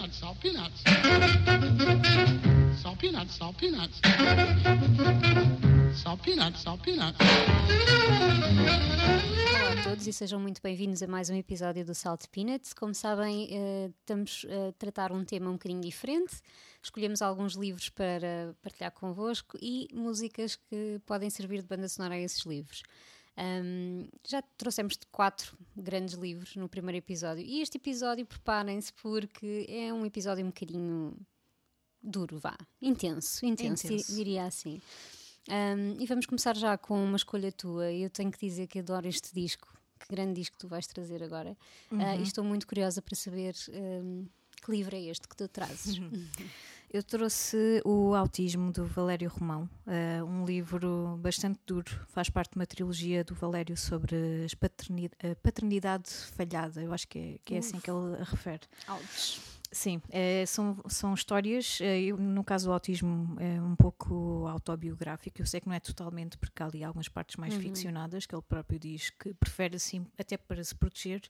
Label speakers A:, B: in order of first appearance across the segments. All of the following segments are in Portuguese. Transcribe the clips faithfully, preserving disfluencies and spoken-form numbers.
A: peanuts, salt peanuts. Salt peanuts, salt peanuts. Salt peanuts, salt peanuts.
B: Olá a todos e sejam muito bem-vindos a mais um episódio do Salt Peanuts. Como sabem, uh, estamos a tratar um tema um bocadinho diferente. Escolhemos alguns livros para partilhar convosco e músicas que podem servir de banda sonora a esses livros. Um, já trouxemos quatro grandes livros no primeiro episódio e este episódio, preparem-se, porque é um episódio um bocadinho duro, vá, intenso, intenso, intenso. diria assim. Um, e vamos começar já com uma escolha tua. Eu tenho que dizer que adoro este disco. Que grande disco tu vais trazer agora. Uhum. Uh, e estou muito curiosa para saber um, que livro é este que tu trazes.
C: Uhum. Eu trouxe o Autismo, do Valério Romão, uh, um livro bastante duro, faz parte de uma trilogia do Valério sobre as paternidade, a paternidade falhada. Eu acho que é, que é assim que ele a refere.
B: Ouch.
C: Sim, é, são, são histórias, eu, no caso do autismo é um pouco autobiográfico, eu sei que não é totalmente, porque há ali algumas partes mais uhum. ficcionadas, que ele próprio diz que prefere assim, até para se proteger,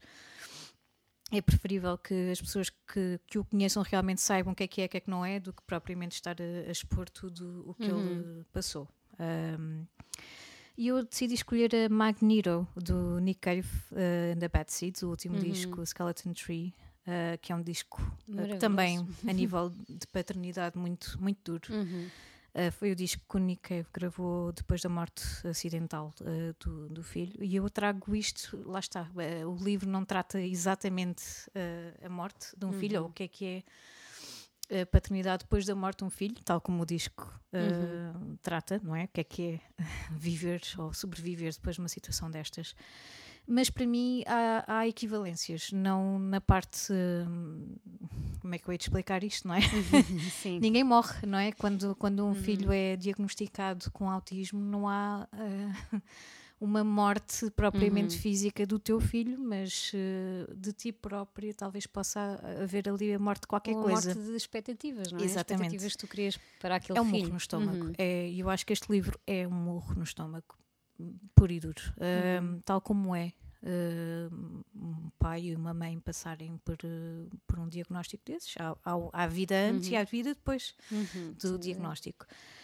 C: é preferível que as pessoas que, que o conheçam realmente saibam o que é que é, o que é que não é, do que propriamente estar a, a expor tudo o que uhum. ele passou. Um, E eu decidi escolher a Magneto, do Nick Cave uh, and the Bad Seeds, o último uhum. disco, Skeleton Tree. Uh, que é um disco uh, também a nível de paternidade muito, muito duro. Uhum. Uh, foi o disco que o Nick Cave gravou depois da morte acidental uh, do, do filho, e eu trago isto, lá está, uh, o livro não trata exatamente uh, a morte de um uhum. filho, ou o que é que é a paternidade depois da morte de um filho, tal como o disco uh, uhum. trata, não é? O que é que é viver ou sobreviver depois de uma situação destas. Mas para mim há, há equivalências, não na parte, hum, como é que eu ia te explicar isto, não é?
B: Sim.
C: Ninguém morre, não é? Quando, quando um uhum. filho é diagnosticado com autismo, não há uh, uma morte propriamente uhum. física do teu filho, mas uh, de ti própria talvez possa haver ali a morte de qualquer
B: Ou
C: coisa.
B: a morte de expectativas, não é?
C: Exatamente.
B: Expectativas que tu querias para aquele
C: filho. É um
B: filho.
C: murro no estômago.
B: Uhum.
C: É, eu acho que este livro é um murro no estômago. Puro e duro, uhum. uh, tal como é uh, um pai e uma mãe passarem por, uh, por um diagnóstico desses. Há, há, há a vida antes uhum. e há a vida depois uhum. do Sim, diagnóstico.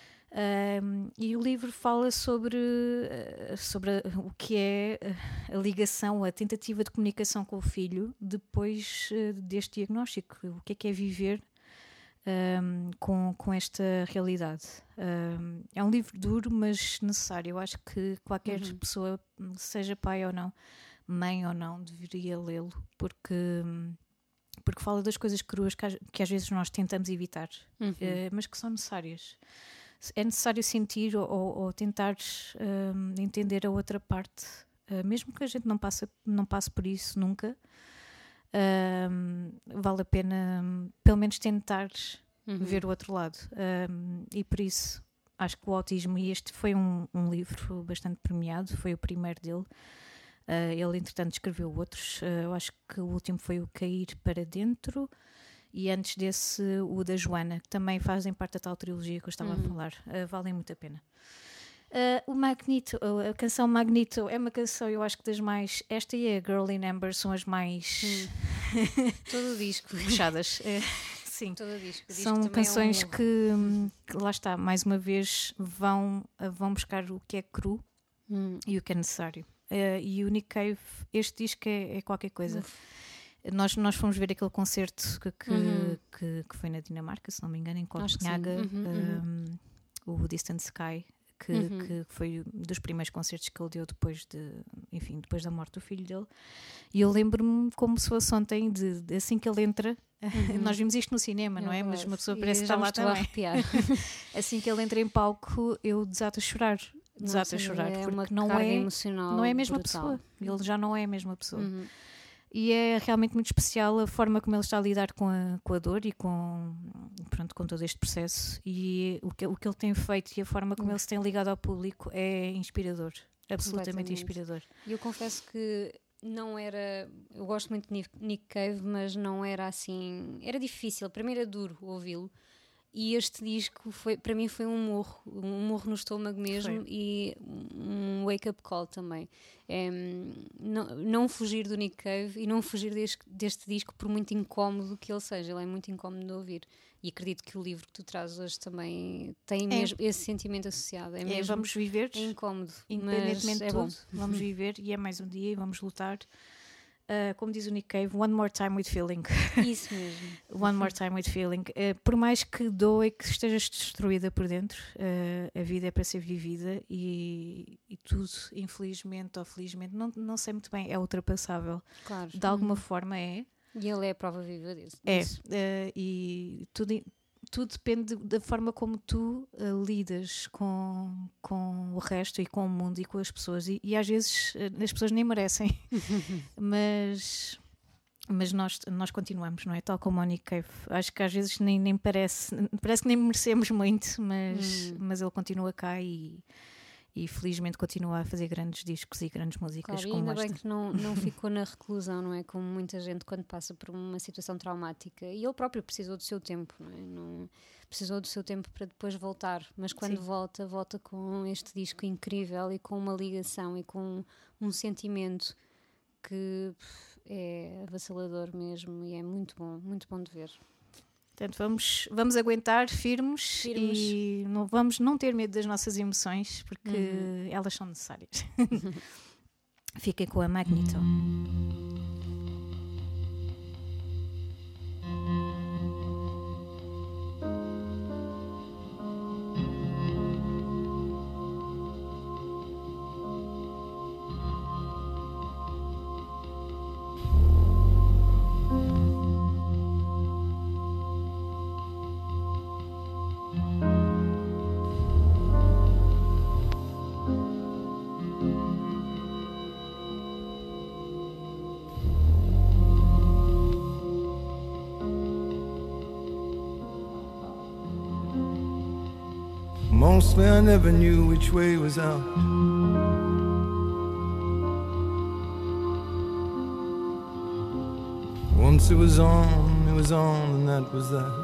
C: É. Um, e o livro fala sobre, uh, sobre a, o que é a ligação, a tentativa de comunicação com o filho depois uh, deste diagnóstico. O que é que é viver Um, com, com esta realidade. Um, é um livro duro, mas necessário. Eu acho que qualquer uhum. pessoa, seja pai ou não, mãe ou não, deveria lê-lo, porque, porque fala das coisas cruas que, que às vezes nós tentamos evitar, uhum. uh, mas que são necessárias. É necessário sentir ou, ou tentar um, entender a outra parte, uh, mesmo que a gente não passe, não passe por isso nunca. Um, vale a pena um, pelo menos tentar uhum. ver o outro lado, um, e por isso acho que o autismo, e este foi um, um livro bastante premiado, foi o primeiro dele. Uh, ele entretanto escreveu outros, uh, eu acho que o último foi o Cair para Dentro, e antes desse o da Joana, que também fazem parte da tal trilogia que eu estava uhum. a falar. Uh, valem muito a pena. Uh, o Magneto, a canção Magneto é uma canção, eu acho que das mais, esta e a Girl in Amber são as mais
B: hum. todo o disco
C: puxadas. É, sim,
B: todo o disco. O disco
C: são canções
B: é um...
C: que, que lá está, mais uma vez vão, vão buscar o que é cru hum. e o que é necessário. Uh, e o Nick Cave, este disco é, é qualquer coisa. Nós, nós fomos ver aquele concerto que, que, uhum. que, que foi na Dinamarca, se não me engano, em Copenhaga, uhum, uhum. um, o Distant Sky. Que, uhum. que foi um dos primeiros concertos que ele deu depois de, enfim, depois da morte do filho dele, e eu lembro-me como se fosse ontem de, de assim que ele entra, uhum. nós vimos isto no cinema, eu não é? Mas uma pessoa parece que está lá também. Assim que ele entra em palco, eu desato a chorar, desato Nossa, a chorar,
B: é
C: porque
B: uma
C: não
B: carga
C: é,
B: emocional
C: não é a mesma
B: brutal.
C: pessoa, ele já não é a mesma pessoa.
B: Uhum.
C: E é realmente muito especial a forma como ele está a lidar com a, com a dor e com, pronto, com todo este processo, e o que, o que ele tem feito e a forma como ele se tem ligado ao público é inspirador, absolutamente inspirador.
B: E eu confesso que não era, eu gosto muito de Nick Cave, mas não era assim, era difícil, para mim era duro ouvi-lo, e este disco foi, para mim foi um murro, um murro no estômago mesmo,
C: Foi.
B: e um wake-up call também. É, não, não fugir do Nick Cave e não fugir deste, deste disco, por muito incómodo que ele seja. Ele é muito incómodo de ouvir. E acredito que o livro que tu trazes hoje também tem
C: É.
B: mesmo esse sentimento associado. É,
C: É,
B: mesmo,
C: vamos viver,
B: é incómodo,
C: independentemente
B: mas
C: de
B: é bom.
C: tudo, vamos viver e é mais um dia e vamos lutar. Uh, como diz o Nick Cave, one more time with feeling.
B: Isso mesmo.
C: One more time with feeling. Uh, por mais que doe, que estejas destruída por dentro, uh, a vida é para ser vivida e, e tudo, infelizmente ou felizmente, não, não sei muito bem, é ultrapassável.
B: Claro.
C: De alguma
B: Uhum.
C: forma é.
B: E ele é a prova viva disso.
C: É.
B: disso.
C: Uh, e tudo, tudo depende da forma como tu uh, lidas com, com o resto e com o mundo e com as pessoas. E, e às vezes uh, as pessoas nem merecem, mas, mas nós, nós continuamos, não é? Tal como o Nick Cave. Acho que às vezes nem, nem parece, parece que nem merecemos muito, mas,
B: Hum.
C: mas ele continua cá e, e felizmente continua a fazer grandes discos e grandes músicas
B: Claro, e
C: como
B: ainda bem
C: esta.
B: que não, não ficou na reclusão, não é? Como muita gente quando passa por uma situação traumática. E ele próprio precisou do seu tempo, não é? Não, precisou do seu tempo para depois voltar. Mas quando
C: Sim. volta,
B: volta, volta com este disco incrível e com uma ligação e com um sentimento que pff, é avassalador mesmo e é muito bom, muito bom de ver.
C: Portanto, vamos, vamos aguentar firmes,
B: Firmes.
C: e não, vamos não ter medo das nossas emoções, porque
B: Uhum.
C: elas são necessárias. Fiquem com a Magneto.
D: Mostly I never knew which way was out. Once it was on, it was on, and that was that.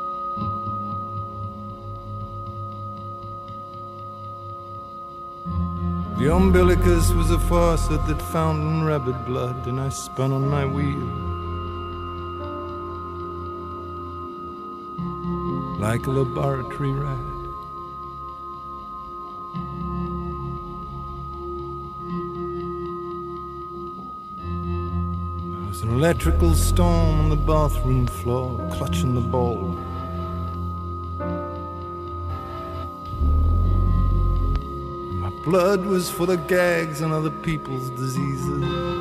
D: The umbilicus was a faucet that fountained rabid blood, and I spun on my wheel like a laboratory rat. There was an electrical storm on the bathroom floor, clutching the ball. My blood was full of gags and other people's diseases.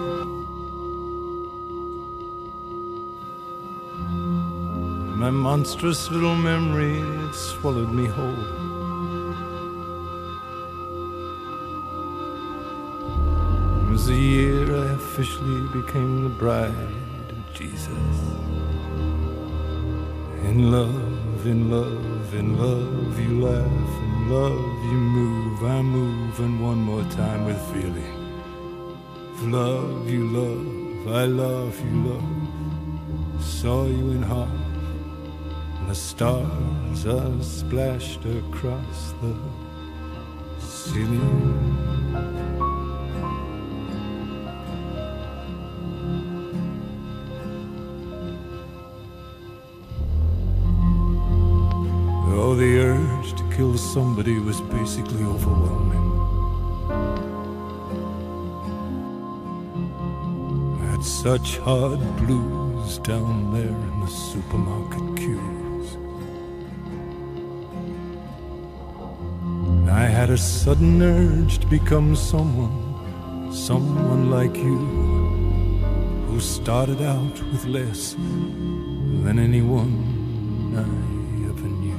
D: My monstrous little memory had swallowed me whole. It was the year I officially became the bride of Jesus. In love, in love, in love, you laugh, in love, you move, I move, and one more time with feeling. Love, you love, I love, you love. Saw you in half. The stars are splashed across the ceiling. Oh, the urge to kill somebody was basically overwhelming. I had such hard blues down there in the supermarket queues. I had a sudden urge to become someone, someone like you, who started out with less than anyone I ever knew.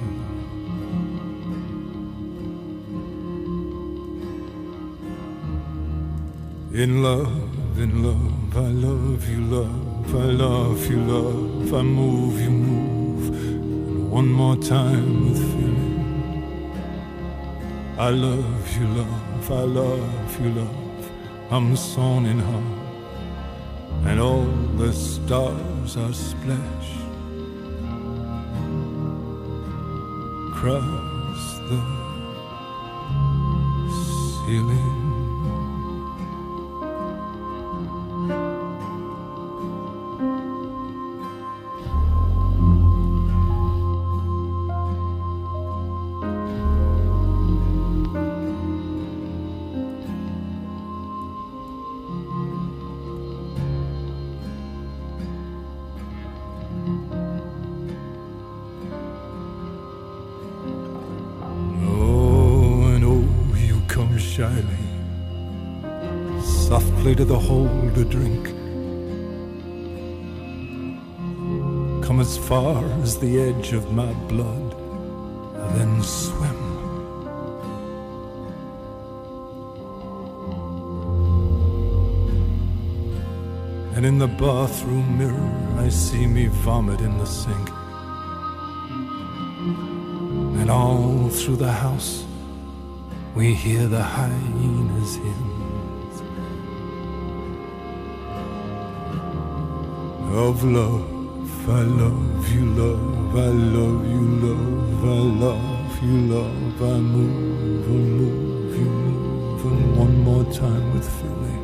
D: In love, in love, I love you, love, I love you, love, I move, you move, and one more time with feeling. I love you, love, I love you, love, I'm sewn in half, and all the stars are splashed across the ceiling. Shyly, softly to the hole to drink. Come as far as the edge of my blood, then swim. And in the bathroom mirror I see me vomit in the sink. And all through the house we hear the hyenas' hymns of love. I love you, love. I love you, love. I love you, love. I move and move, you move, and one more time with feeling.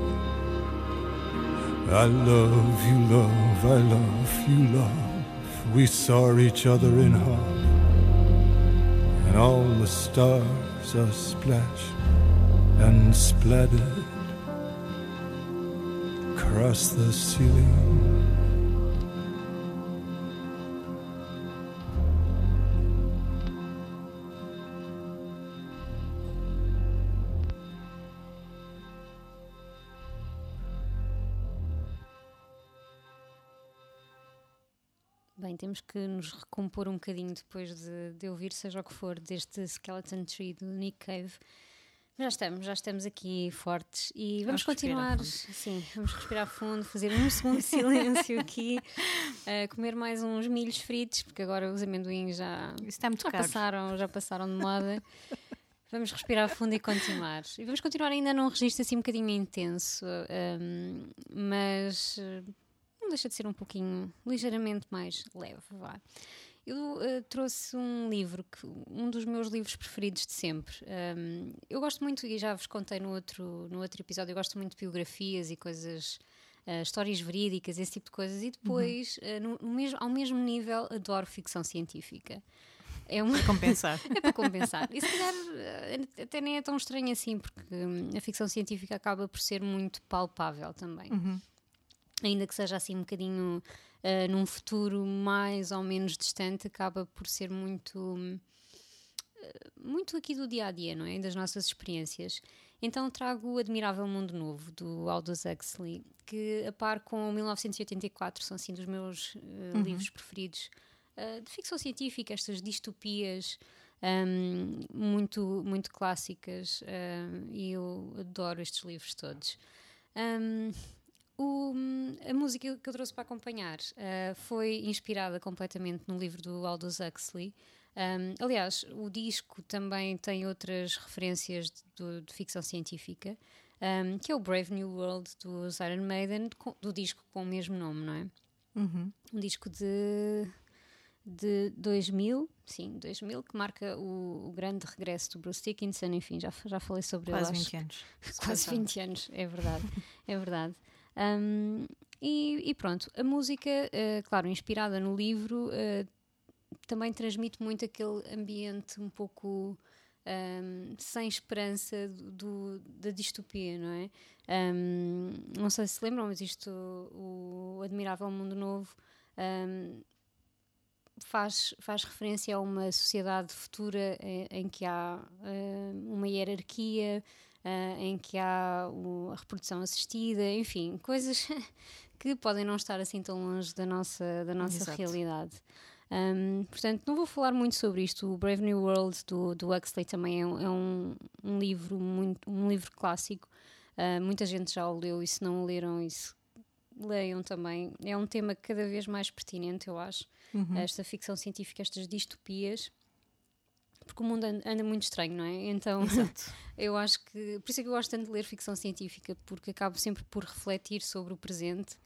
D: I love you, love. I love you, love. We saw each other in half, and all the stars are splashed and splattered across the ceiling.
B: Bem, temos que nos recompor um bocadinho depois de, de ouvir seja o que for deste Skeleton Tree do Nick Cave. Mas já estamos, já estamos aqui fortes e vamos, vamos continuar, sim, vamos respirar fundo, fazer um segundo de silêncio aqui, uh, comer mais uns milhos fritos, porque agora os amendoins já,
C: Está muito
B: já
C: caro.
B: passaram, já passaram de moda. Vamos respirar fundo e continuar. E vamos continuar ainda num registro assim um bocadinho intenso, um, mas não deixa de ser um pouquinho, ligeiramente mais leve, vá. Eu uh, trouxe um livro, que, um dos meus livros preferidos de sempre. Um, eu gosto muito, e já vos contei no outro, no outro episódio, eu gosto muito de biografias e coisas, uh, histórias verídicas, esse tipo de coisas. E depois, uhum. uh, no, no mesmo, ao mesmo nível, adoro ficção científica. É uma...
C: Para compensar.
B: É para compensar. E se calhar até nem é tão estranho assim, porque hum, a ficção científica acaba por ser muito palpável também.
C: Uhum.
B: Ainda que seja assim um bocadinho uh, num futuro mais ou menos distante, acaba por ser muito, uh, muito aqui do dia a dia, não é? Das nossas experiências. Então trago o Admirável Mundo Novo, do Aldous Huxley, que a par com mil novecentos e oitenta e quatro são assim dos meus uh,
C: uhum.
B: livros preferidos. Uh, de ficção científica, estas distopias um, muito, muito clássicas, uh, e eu adoro estes livros todos. Um, o, a música que eu trouxe para acompanhar uh, foi inspirada completamente no livro do Aldous Huxley. Um, aliás, o disco também tem outras referências de, de, de ficção científica, um, que é o Brave New World dos Iron Maiden, com, do disco com o mesmo nome, não é?
C: Uhum.
B: Um disco de... de dois mil, sim, dois mil, que marca o, o grande regresso do Bruce Dickinson. Enfim, já, já falei sobre ele.
C: Quase vinte anos.
B: Quase vinte anos, é verdade, é verdade. Um, e, e pronto, a música, uh, claro, inspirada no livro, uh, também transmite muito aquele ambiente um pouco um, sem esperança do, do, da distopia, não é? Um, não sei se lembram, mas isto, o, o Admirável Mundo Novo, um, Faz, faz referência a uma sociedade futura em, em que há uh, uma hierarquia, uh, em que há o, a reprodução assistida, enfim, coisas que podem não estar assim tão longe da nossa, da nossa realidade. Um, portanto, não vou falar muito sobre isto. O Brave New World do, do Huxley também é, um, é um, um, livro muito, um livro clássico. Uh, muita gente já o leu, e se não o leram, isso, leiam também. É um tema cada vez mais pertinente, eu acho. Uhum. Esta ficção científica, estas distopias, porque o mundo anda, anda muito estranho, não é? Então, eu acho que, por isso é que eu gosto tanto de ler ficção científica, porque acabo sempre por refletir sobre o presente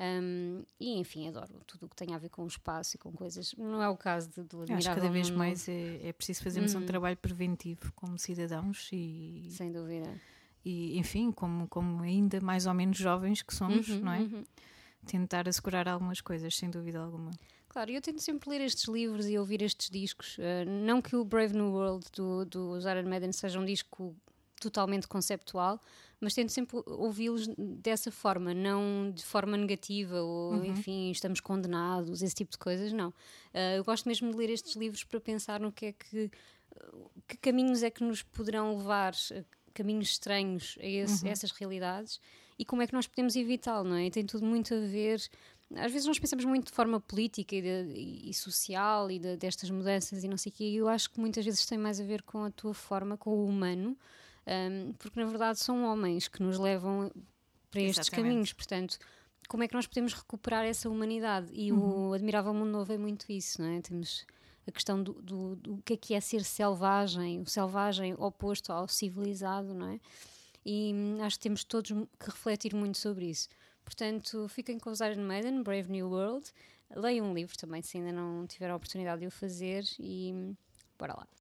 B: Um, e enfim, adoro tudo o que tem a ver com o espaço e com coisas. Não é o caso de, do
C: Acho
B: Admirável
C: que cada vez
B: Mundo
C: mais é, é preciso fazermos
B: Uhum.
C: um trabalho preventivo como cidadãos e,
B: Sem dúvida.
C: e enfim, como, como ainda mais ou menos jovens que somos,
B: Uhum,
C: não é?
B: uhum.
C: Tentar assegurar algumas coisas, sem dúvida alguma.
B: Claro, eu tento sempre ler estes livros e ouvir estes discos. Uh, não que o Brave New World do, do Iron Maiden seja um disco totalmente conceptual, mas tento sempre ouvi-los dessa forma, não de forma negativa ou,
C: Uhum.
B: enfim, estamos condenados, esse tipo de coisas, não. Uh, eu gosto mesmo de ler estes livros para pensar no que é que... que caminhos é que nos poderão levar, caminhos estranhos a, esse,
C: Uhum.
B: a essas realidades, e como é que nós podemos evitá-lo, não é? E tem tudo muito a ver... Às vezes nós pensamos muito de forma política e, de, e, e social e de, destas mudanças e não sei o quê, e eu acho que muitas vezes tem mais a ver com a tua forma, com o humano, um, porque na verdade são homens que nos levam para estes
C: Exatamente.
B: caminhos, portanto, como é que nós podemos recuperar essa humanidade? E
C: Uhum.
B: o Admirável Mundo Novo é muito isso, não é? Temos a questão do, do, do que é que é ser selvagem, o selvagem oposto ao civilizado, não é? E hum, acho que temos todos que refletir muito sobre isso. Portanto, fiquem com os Iron Maiden, Brave New World. Leiam um livro também, se ainda não tiveram a oportunidade de o fazer. E hum, bora lá.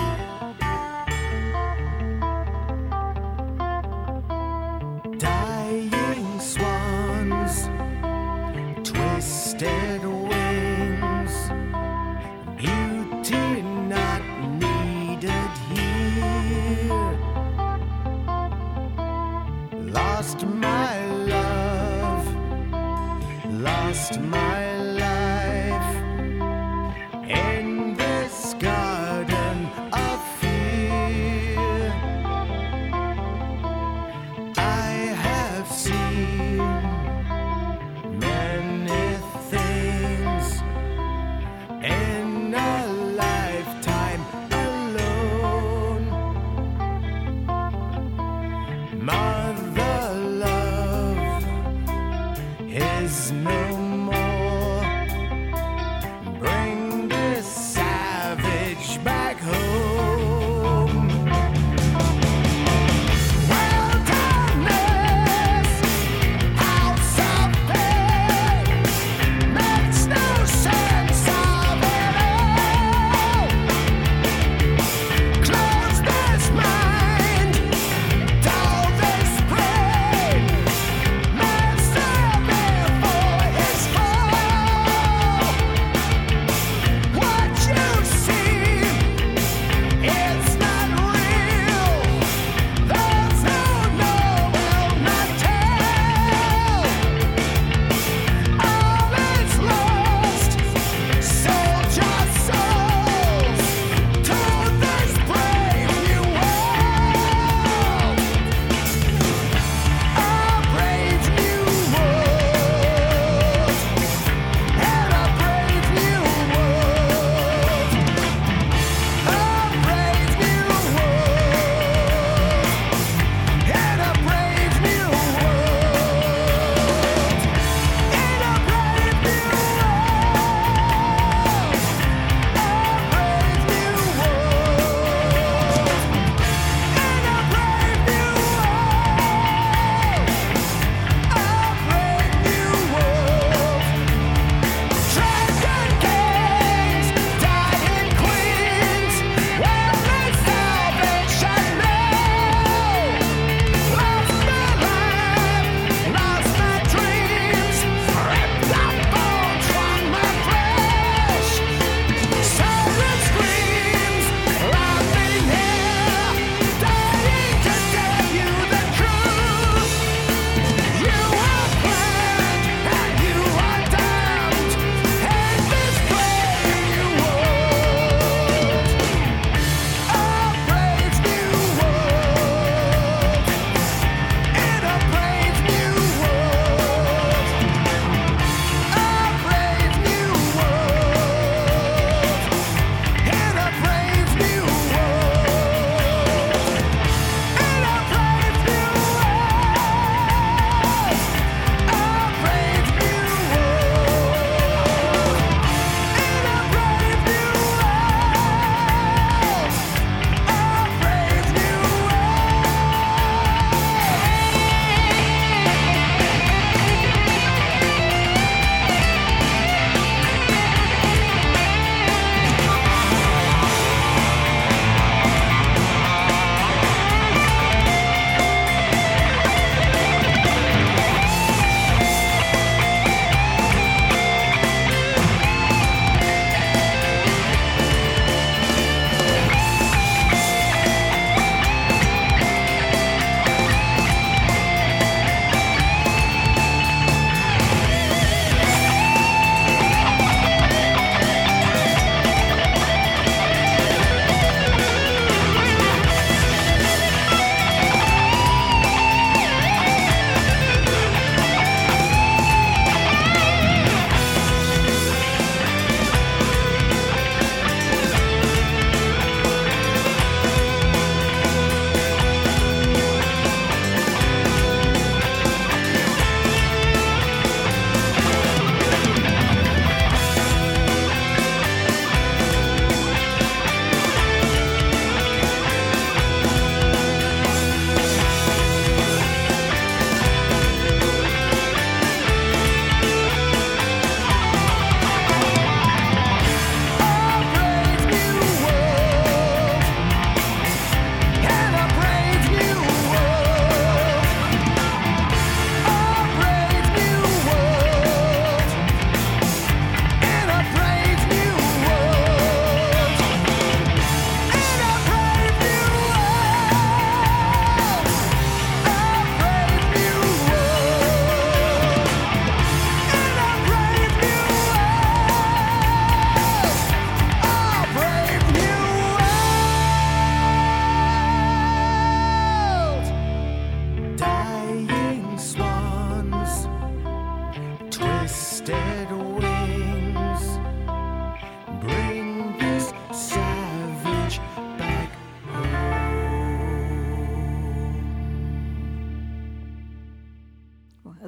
E: Die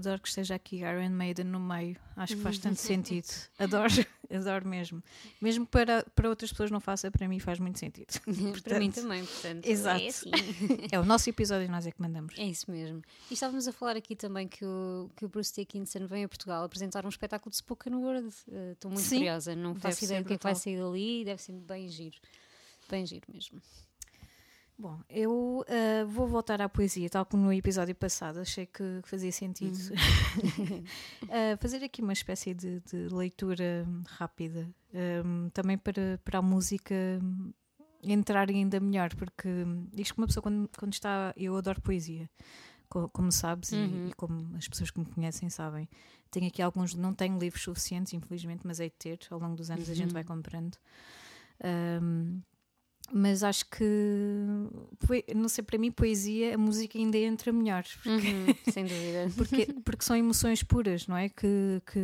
C: adoro que esteja aqui Iron Maiden no meio. Acho que faz tanto sentido. Adoro, adoro mesmo. Mesmo para, para outras pessoas não faça, para mim faz muito sentido.
B: Portanto, para mim também, portanto.
C: Exato.
B: É assim.
C: É o nosso episódio e nós é que mandamos.
B: É isso mesmo. E estávamos a falar aqui também que o, que o Bruce Dickinson vem a Portugal apresentar um espetáculo de spoken word. Uh, estou muito
C: Sim,
B: curiosa. Não faço
C: deve
B: ideia
C: ser
B: do que é que vai
C: brutal.
B: sair dali. Deve ser bem giro. Bem giro mesmo.
C: Bom, eu uh, vou voltar à poesia, tal como no episódio passado, achei que fazia sentido uh, fazer aqui uma espécie de, de leitura rápida, um, também para, para a música entrar ainda melhor, porque isto que uma pessoa quando, quando está, eu adoro poesia, co- como sabes,
B: Uhum.
C: e, e como as pessoas que me conhecem sabem, tenho aqui alguns, não tenho livros suficientes, infelizmente, mas hei de ter, ao longo dos anos a gente vai comprando. Um, Mas acho que, não sei, para mim, poesia, a música ainda entra melhor. Porque,
B: Uhum, sem dúvida.
C: porque, porque são emoções puras, não é? Que, que,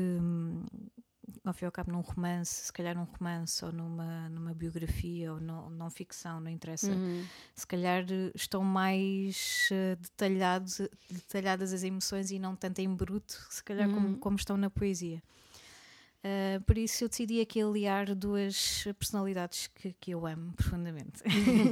C: ao fim e ao cabo, num romance, se calhar num romance ou numa, numa biografia ou não, não ficção, não interessa.
B: Uhum.
C: Se calhar estão mais uh, detalhados, detalhadas as emoções e não tanto em bruto, se calhar
B: Uhum.
C: como, como estão na poesia. Uh, por isso eu decidi aqui aliar duas personalidades que, que eu amo profundamente.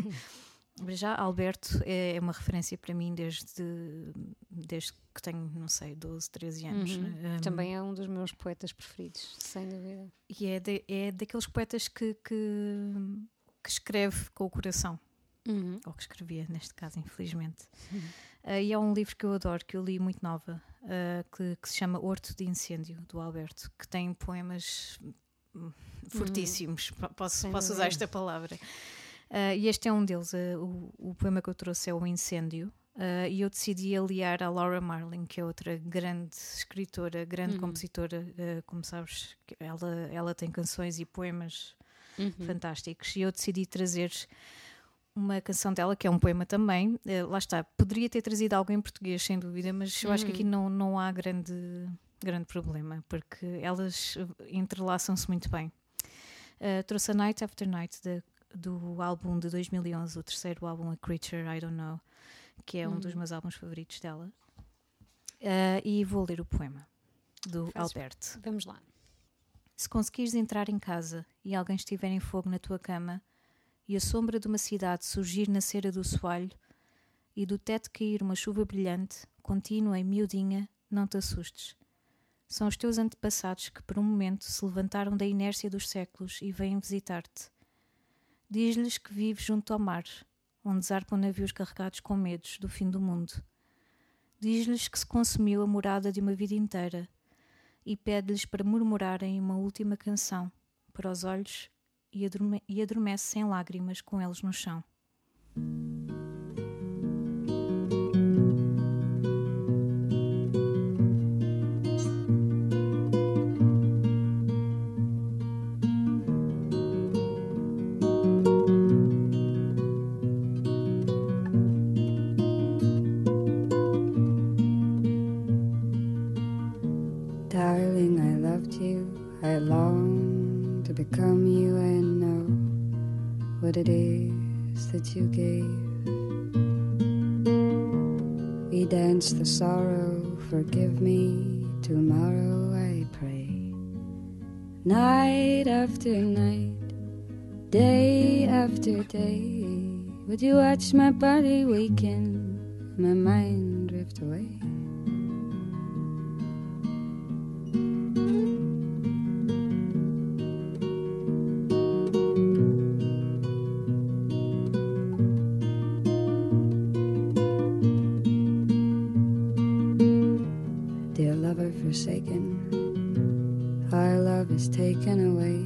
C: Já Alberto é, é uma referência para mim desde, desde que tenho, não sei, doze, treze anos.
B: Uhum.
C: Um,
B: Também é um dos meus poetas preferidos, sem dúvida.
C: E é, de, é daqueles poetas que, que, que escreve com o coração.
B: Uhum.
C: Ou que escrevia, neste caso, infelizmente. Uhum. Uh, e é um livro que eu adoro, que eu li muito nova, uh, que, que se chama Horto de Incêndio, do Alberto, que tem poemas fortíssimos, uhum. posso, posso usar esta palavra. Uh, e este é um deles, uh, o, o poema que eu trouxe é O Incêndio, uh, e eu decidi aliar a Laura Marling, que é outra grande escritora, grande uhum. compositora, uh, como sabes, ela, ela tem canções e poemas uhum. fantásticos, e eu decidi trazer uma canção dela, que é um poema também. Uh, lá está, poderia ter trazido algo em português, sem dúvida, mas eu uhum. acho que aqui não, não há grande, grande problema, porque elas entrelaçam-se muito bem. Uh, trouxe a Night After Night, de, do álbum de dois mil e onze, o terceiro álbum, A Creature I Don't Know, que é uhum. um dos meus álbuns favoritos dela. Uh, e vou ler o poema, do
B: Faz,
C: Alberto.
B: Vamos lá.
C: Se conseguires entrar em casa e alguém estiver em fogo na tua cama, e a sombra de uma cidade surgir na cera do soalho, e do teto cair uma chuva brilhante, contínua e miudinha, não te assustes. São os teus antepassados que por um momento se levantaram da inércia dos séculos e vêm visitar-te. Diz-lhes que vives junto ao mar, onde zarpam navios carregados com medos do fim do mundo. Diz-lhes que se consumiu a morada de uma vida inteira e pede-lhes para murmurarem uma última canção, para os olhos, e, adorme- e adormece sem lágrimas com eles no chão.
E: Darling, I loved you, I long to become you and know what it is that you gave. We dance the sorrow, forgive me, tomorrow I pray. Night after night, day after day, would you watch my body weaken, my mind drift away? Dear lover forsaken, our love is taken away.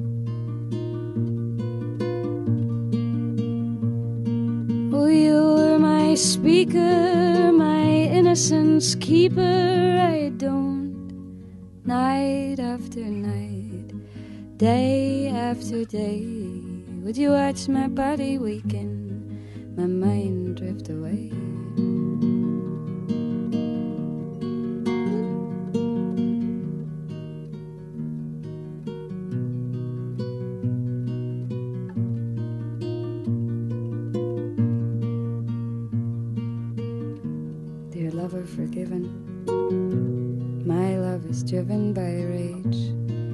E: Oh, you were my speaker, my innocence keeper. I don't, night after night, day after day, would you watch my body weaken, my mind drift away? Dear lover forgiven, love is driven by rage.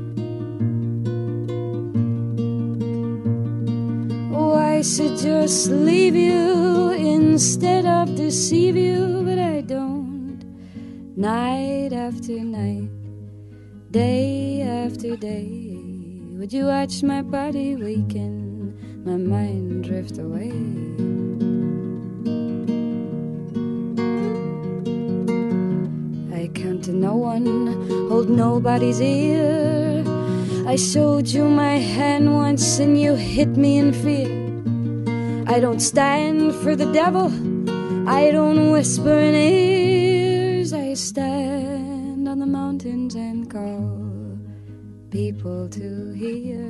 E: Oh, I should just leave you instead of deceive you, but I don't. Night after night, day after day, would you watch my body weaken, my mind drift away? I count to no one, hold nobody's ear. I showed you my hand once and you hit me in fear. I don't stand for the devil, I don't whisper in ears. I stand on the mountains and call people to hear.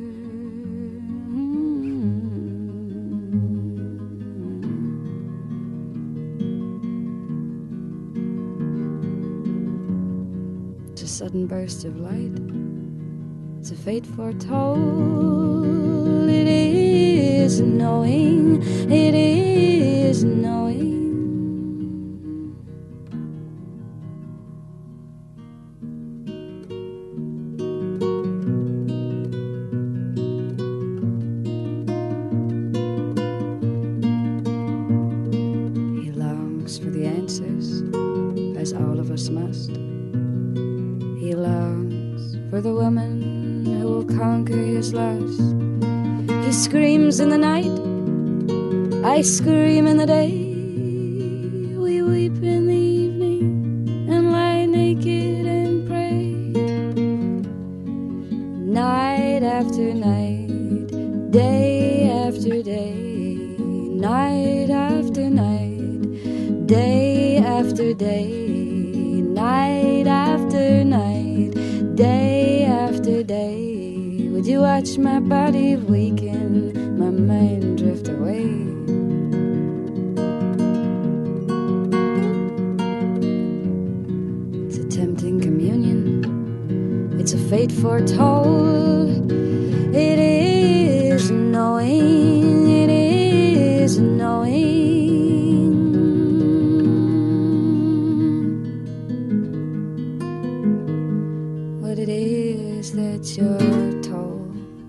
E: It's a sudden burst of light, it's a fate foretold. It is knowing, it is knowing. Must. He longs for the woman who will conquer his lust. He screams in the night, I scream in the day. We weep in the evening and lie naked and pray. Night after night, day after day, night after night, day after day. Night after night, day after day, would you watch my body weaken, my mind drift away? It's a tempting communion, it's a fate foretold. It is knowing, it is knowing. It is that you're told.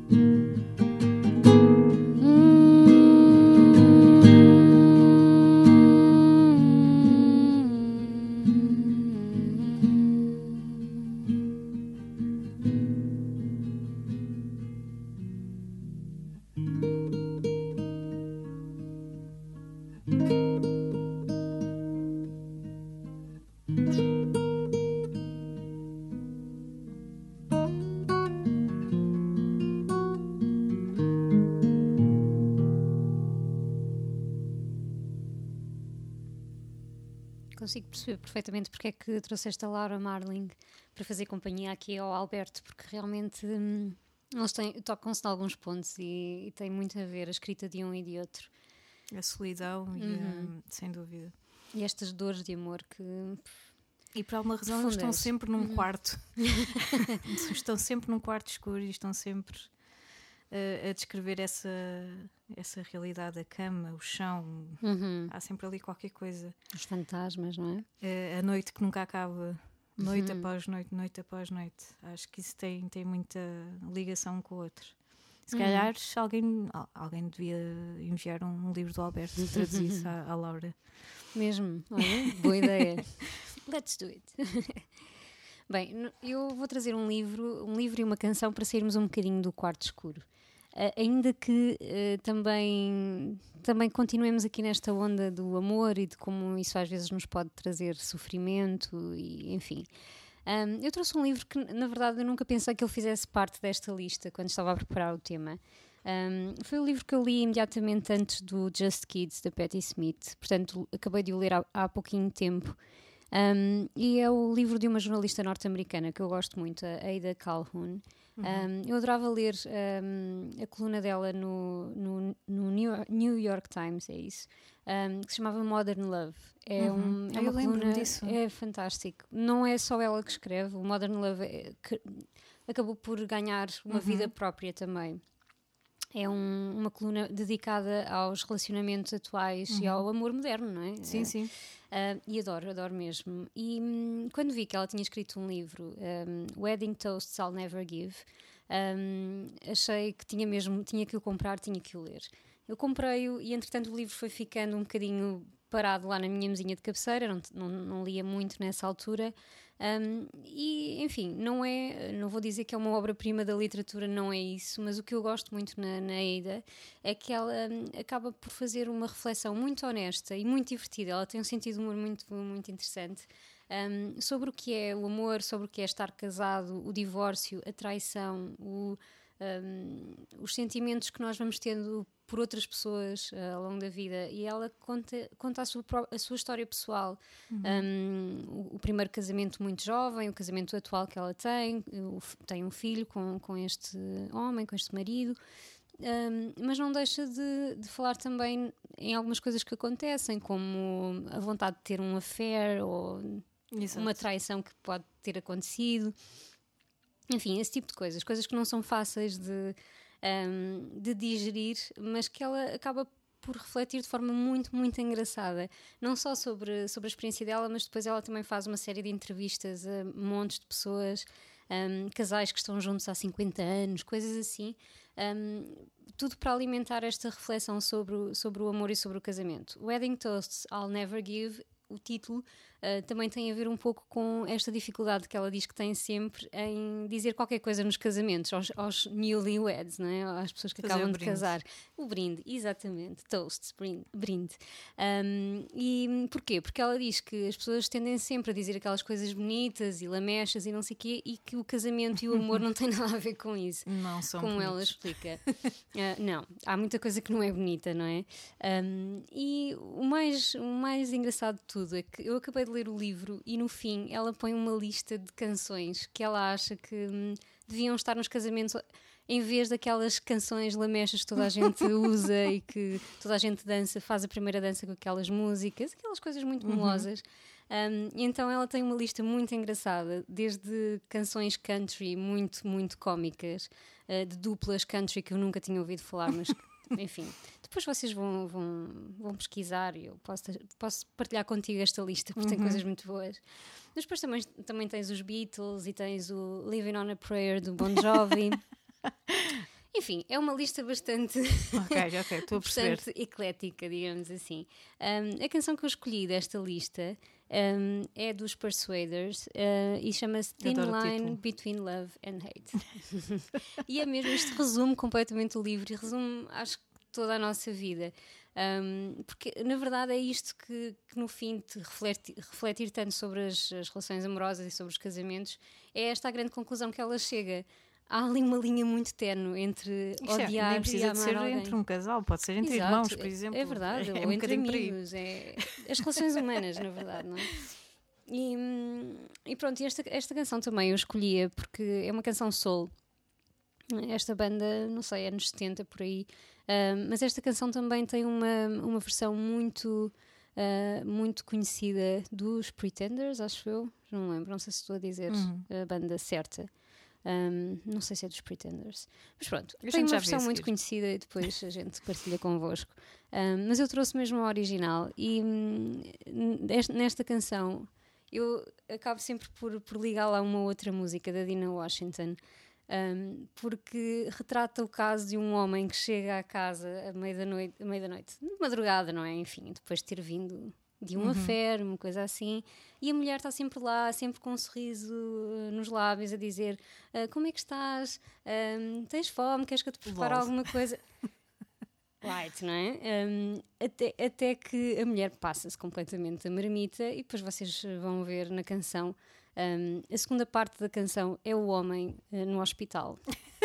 B: Consigo perceber perfeitamente porque é que trouxeste a Laura Marling para fazer companhia aqui ao Alberto, porque realmente hum, eles tocam-se de alguns pontos e, e tem muito a ver a escrita de um e de outro.
C: A solidão, uhum. e, um, sem dúvida.
B: E estas dores de amor que...
C: E por alguma razão eles estão sempre num uhum. quarto. Estão sempre num quarto escuro e estão sempre uh, a descrever essa, essa realidade, a cama, o chão. Uhum. Há sempre ali qualquer coisa.
B: Os fantasmas, não é?
C: Uh, a noite que nunca acaba. Noite uhum. após noite, noite após noite. Acho que isso tem, tem muita ligação um com o outro. Se calhar hum. alguém, alguém devia enviar um, um livro do Alberto e traduzir isso à, à Laura.
B: Mesmo, olha, boa ideia. Let's do it. Bem, eu vou trazer um livro, um livro e uma canção para sairmos um bocadinho do quarto escuro. Uh, ainda que uh, também, também continuemos aqui nesta onda do amor e de como isso às vezes nos pode trazer sofrimento e enfim. Um, eu trouxe um livro que, na verdade, eu nunca pensei que ele fizesse parte desta lista quando estava a preparar o tema. Um, foi o livro que eu li imediatamente antes do Just Kids, da Patti Smith. Portanto, acabei de o ler há, há pouquinho tempo. Um, e é o livro de uma jornalista norte-americana que eu gosto muito, a Ada Calhoun. Uhum. Um, eu adorava ler um, a coluna dela no, no, no New York Times, é isso, um, que se chamava Modern Love. É, uhum. um, é uma coluna, disso. É fantástico. Não é só ela que escreve, o Modern Love é, que acabou por ganhar uma uhum. vida própria também. é um, uma coluna dedicada aos relacionamentos atuais uhum. e ao amor moderno, não é?
C: Sim, sim.
B: Uh, e adoro, adoro mesmo. E um, quando vi que ela tinha escrito um livro, um, Wedding Toasts I'll Never Give, um, achei que tinha mesmo, tinha que o comprar, tinha que o ler. Eu comprei-o e, entretanto, o livro foi ficando um bocadinho parado lá na minha mesinha de cabeceira, não, não, não lia muito nessa altura. Um, e, enfim, não é, não vou dizer que é uma obra-prima da literatura, não é isso, mas o que eu gosto muito na, na Ada é que ela um, acaba por fazer uma reflexão muito honesta e muito divertida. Ela tem um sentido de humor muito, muito interessante um, sobre o que é o amor, sobre o que é estar casado, o divórcio, a traição, o, um, os sentimentos que nós vamos tendo por outras pessoas uh, ao longo da vida, e ela conta, conta a, sua, a sua história pessoal. Uhum. Um, o, o primeiro casamento muito jovem, o casamento atual que ela tem, o, tem um filho com, com este homem, com este marido, um, mas não deixa de, de falar também em algumas coisas que acontecem, como a vontade de ter um affair ou Exato. Uma traição que pode ter acontecido. Enfim, esse tipo de coisas, coisas que não são fáceis de Um, de digerir, mas que ela acaba por refletir de forma muito, muito engraçada, não só sobre, sobre a experiência dela, mas depois ela também faz uma série de entrevistas a montes de pessoas, um, casais que estão juntos há cinquenta anos, coisas assim, um, tudo para alimentar esta reflexão sobre o, sobre o amor e sobre o casamento. Wedding Toasts I'll Never Give, o título uh, também tem a ver um pouco com esta dificuldade que ela diz que tem sempre em dizer qualquer coisa nos casamentos, aos, aos newlyweds, não é? Às pessoas que Fazer acabam de casar. O brinde, exatamente, toasts, brinde. brinde. Um, e porquê? Porque ela diz que as pessoas tendem sempre a dizer aquelas coisas bonitas e lamechas e não sei o quê, e que o casamento e o amor não têm nada a ver com isso.
C: Não são
B: como
C: bonitos.
B: Ela explica. uh, não, há muita coisa que não é bonita, não é? Um, e o mais, o mais engraçado de tudo é que eu acabei de ler o livro e no fim ela põe uma lista de canções que ela acha que hum, deviam estar nos casamentos em vez daquelas canções lamechas que toda a gente usa e que toda a gente dança, faz a primeira dança com aquelas músicas, aquelas coisas muito melosas. Uhum. Um, e então ela tem uma lista muito engraçada, desde canções country muito, muito cómicas, uh, de duplas country que eu nunca tinha ouvido falar, mas enfim, depois vocês vão, vão, vão pesquisar e eu posso, posso partilhar contigo esta lista, porque uhum. tem coisas muito boas. Mas depois também, também tens os Beatles e tens o Living on a Prayer do Bon Jovi. Enfim, é uma lista bastante,
C: okay, okay, estou a perceber.
B: bastante eclética, digamos assim. Um, a canção que eu escolhi desta lista um, é dos Persuaders uh, e chama-se Thin Line Between Love and Hate. E é mesmo, isto resume completamente o livro e resume, acho que, toda a nossa vida. Um, porque, na verdade, é isto que, que no fim, te refletir, refletir tanto sobre as, as relações amorosas e sobre os casamentos, é esta a grande conclusão que ela chega. Há ali uma linha muito ténue entre
C: Isto
B: odiar
C: é, nem precisa
B: e amar
C: de ser
B: alguém.
C: entre um casal, pode ser entre
B: Exato,
C: irmãos, por exemplo.
B: É verdade,
C: é
B: ou
C: um
B: entre
C: bocadinho
B: amigos, é as relações humanas, na verdade, não é? E, e pronto, esta, esta canção também eu escolhia porque é uma canção soul. Esta banda, não sei, anos setenta por aí, uh, mas esta canção também tem uma, uma versão muito, uh, muito conhecida dos Pretenders, acho eu, não lembro, não sei se estou a dizer uhum. a banda certa. Um, não sei se é dos Pretenders, mas pronto, eu tem uma versão muito conhecida e depois a gente partilha convosco. Um, mas eu trouxe mesmo a original e hum, nesta canção eu acabo sempre por, por ligar lá uma outra música da Dinah Washington, um, porque retrata o caso de um homem que chega à casa à meia da noite, à meia da noite, de madrugada, não é? Enfim, depois de ter vindo de um uhum. affair, uma coisa assim, e a mulher está sempre lá, sempre com um sorriso uh, nos lábios, a dizer uh, como é que estás? Um, tens fome? Queres que eu te prepare alguma coisa? Right, não é? Um, até, até que a mulher passa-se completamente a marmita e depois vocês vão ver na canção, um, a segunda parte da canção é o homem uh, no hospital.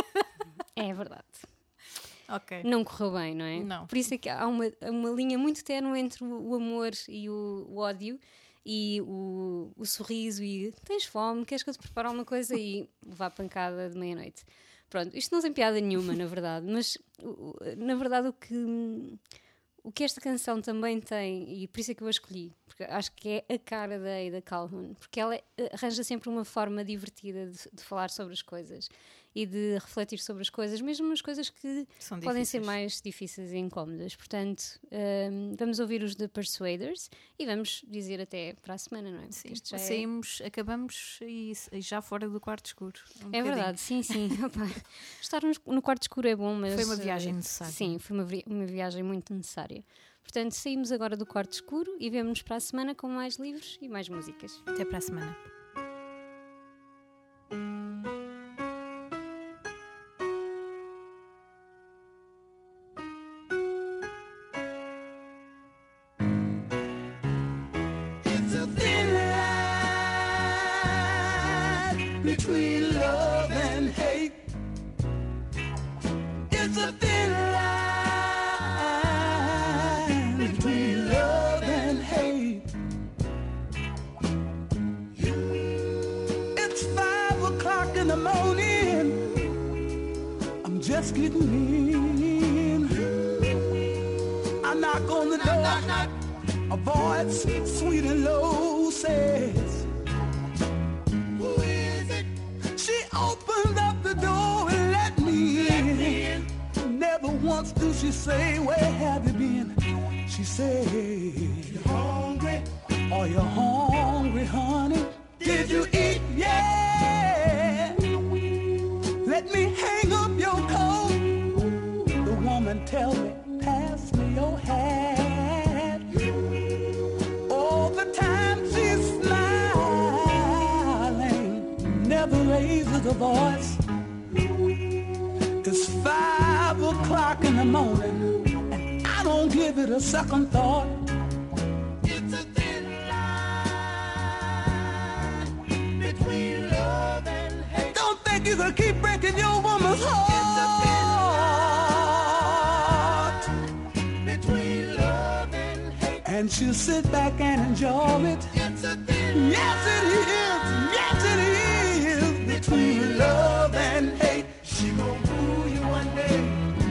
B: É verdade.
C: Okay.
B: Não correu bem, não é?
C: Não.
B: Por isso é que há uma, uma linha muito ténue entre o, o amor e o, o ódio e o, o sorriso e tens fome, queres que eu te prepare alguma coisa e vá à pancada de meia-noite. Pronto, isto não tem piada nenhuma, na verdade, mas na verdade o que, o que esta canção também tem, e por isso é que eu a escolhi, porque porque acho que é a cara da Ada Calhoun, porque ela arranja sempre uma forma divertida de, de falar sobre as coisas e de refletir sobre as coisas, mesmo as coisas que
C: São
B: podem ser
C: difíceis.
B: mais difíceis e incómodas. Portanto, um, vamos ouvir os The Persuaders e vamos dizer até para a semana, não é? Porque
C: Sim,
B: isto já é-
C: saímos, acabamos e, e já fora do quarto escuro. um
B: É
C: bocadinho.
B: verdade, sim, sim. Opa, estar no, no quarto escuro é bom, mas...
C: Foi uma viagem
B: eh,
C: necessária.
B: Sim, foi uma, vi- uma viagem muito necessária. Portanto, saímos agora do quarto escuro e vemo-nos para a semana com mais livros e mais músicas.
C: Até para a semana.
F: It's a thin line between love and hate. It's a thin line between love and hate. It's five o'clock in the morning. I'm just getting in. I knock on the door. A voice sweet and low says, who is it? She opened up the door and let me in. Never once did she say, where have you been? She said, you hungry? Are you hungry, honey? Did you eat? Yeah. Let me hang up your coat. The woman tell me, pass me your hat. All the time she's smiling, never raises a voice. It's five o'clock in the morning, and I don't give it a second thought. It's a thin line between love and hate. Don't think you can keep breaking your woman's heart. It's a thin line between love and hate. And she'll sit back and enjoy it. It's a thin yes, it is. Yes, it is. Between love and hate. She gon' fool you one day.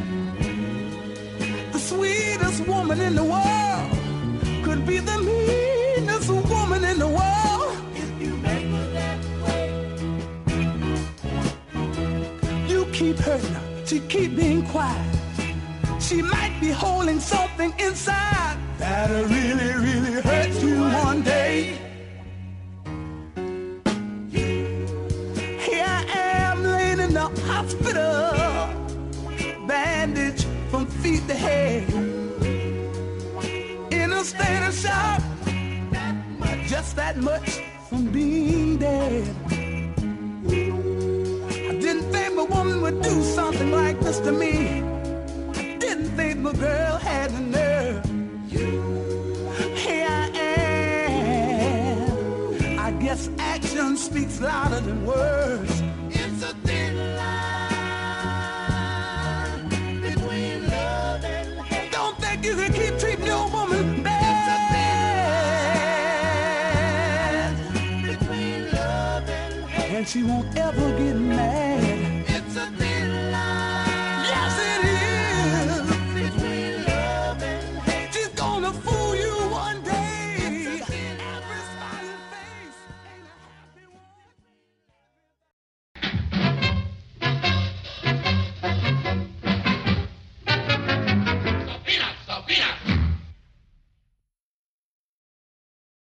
F: The sweetest woman in the world could be the meanest woman in the world. If you make her that way, you keep hurting her. She keep being quiet. She might be holding something inside that'll really, really hurt you one day. Here I am laying in the hospital, bandaged from feet to head, in a state of shock, just that much from being dead. I didn't think a woman would do something like this to me. I didn't think my girl had the nerve. Here I am. I guess action speaks louder than words. It's a thin line between love and hate. Don't think you can keep treating your woman bad. It's a thin line between love and hate. And she won't ever get mad.